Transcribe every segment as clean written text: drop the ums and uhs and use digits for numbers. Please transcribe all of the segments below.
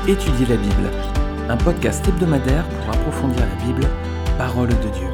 Étudier la Bible, un podcast hebdomadaire pour approfondir la Bible, parole de Dieu.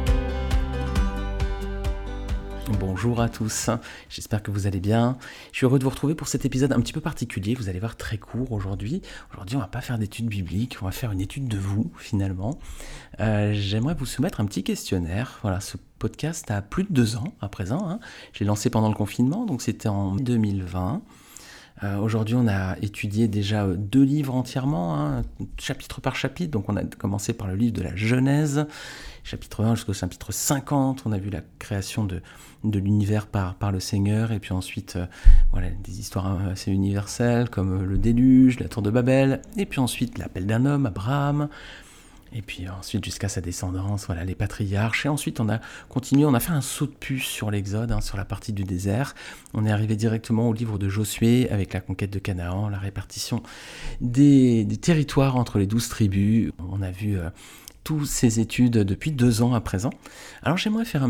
Bonjour à tous, j'espère que vous allez bien. Je suis heureux de vous retrouver pour cet épisode un petit peu particulier, vous allez voir très court aujourd'hui. Aujourd'hui on va pas faire d'études bibliques, on va faire une étude de vous finalement. J'aimerais vous soumettre un petit questionnaire. Voilà, ce podcast a plus de 2 ans à présent. Je l'ai lancé pendant le confinement, donc c'était en 2020. Aujourd'hui, on a étudié déjà 2 livres entièrement, chapitre par chapitre. Donc, on a commencé par le livre de la Genèse, chapitre 1 jusqu'au chapitre 50. On a vu la création de l'univers par le Seigneur. Et puis ensuite, des histoires assez universelles comme le déluge, la tour de Babel. Et puis ensuite, l'appel d'un homme, Abraham. Et puis ensuite, jusqu'à sa descendance, les patriarches. Et ensuite, on a continué, on a fait un saut de puce sur l'Exode, sur la partie du désert. On est arrivé directement au livre de Josué, avec la conquête de Canaan, la répartition des territoires entre les 12 tribus. On a vu toutes ces études depuis 2 ans à présent. Alors j'aimerais faire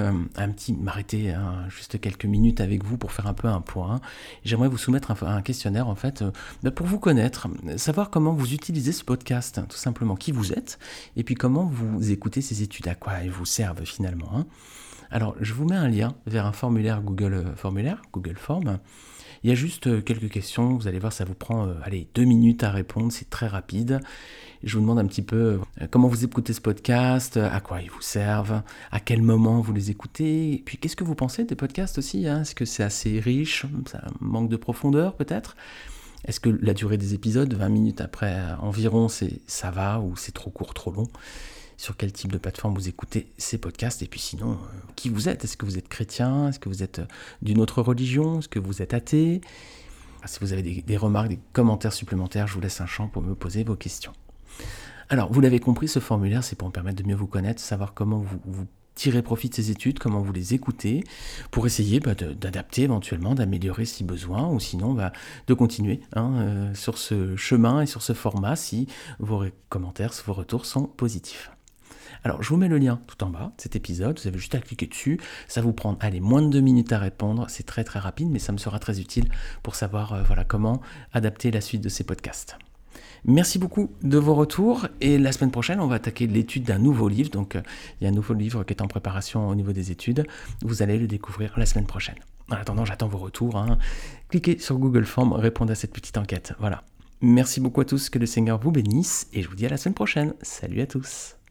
m'arrêter juste quelques minutes avec vous pour faire un peu un point. J'aimerais vous soumettre un questionnaire en fait, pour vous connaître, savoir comment vous utilisez ce podcast, tout simplement qui vous êtes, et puis comment vous écoutez ces études, à quoi elles vous servent finalement. Alors je vous mets un lien vers un formulaire Google Form. Il y a juste quelques questions, vous allez voir, ça vous prend 2 minutes à répondre, c'est très rapide. Je vous demande un petit peu comment vous écoutez ce podcast, à quoi ils vous servent, à quel moment vous les écoutez, et puis qu'est-ce que vous pensez des podcasts aussi, Est-ce que c'est assez riche, ça manque de profondeur peut-être ? Est-ce que la durée des épisodes, 20 minutes après environ, ça va ou c'est trop court, trop long ? Sur quel type de plateforme vous écoutez ces podcasts, et puis sinon, qui vous êtes ? Est-ce que vous êtes chrétien ? Est-ce que vous êtes d'une autre religion ? Est-ce que vous êtes athée ? Si vous avez des remarques, des commentaires supplémentaires, je vous laisse un champ pour me poser vos questions. Alors, vous l'avez compris, ce formulaire, c'est pour me permettre de mieux vous connaître, savoir comment vous tirez profit de ces études, comment vous les écoutez, pour essayer d'adapter éventuellement, d'améliorer si besoin, ou sinon de continuer sur ce chemin et sur ce format si vos commentaires, vos retours sont positifs. Alors, je vous mets le lien tout en bas de cet épisode, vous avez juste à cliquer dessus, ça vous prend moins de 2 minutes à répondre, c'est très très rapide, mais ça me sera très utile pour savoir comment adapter la suite de ces podcasts. Merci beaucoup de vos retours, et la semaine prochaine, on va attaquer l'étude d'un nouveau livre, donc il y a un nouveau livre qui est en préparation au niveau des études, vous allez le découvrir la semaine prochaine. En attendant, j'attends vos retours, cliquez sur Google Form, répondez à cette petite enquête, voilà. Merci beaucoup à tous, que le Seigneur vous bénisse, et je vous dis à la semaine prochaine. Salut à tous.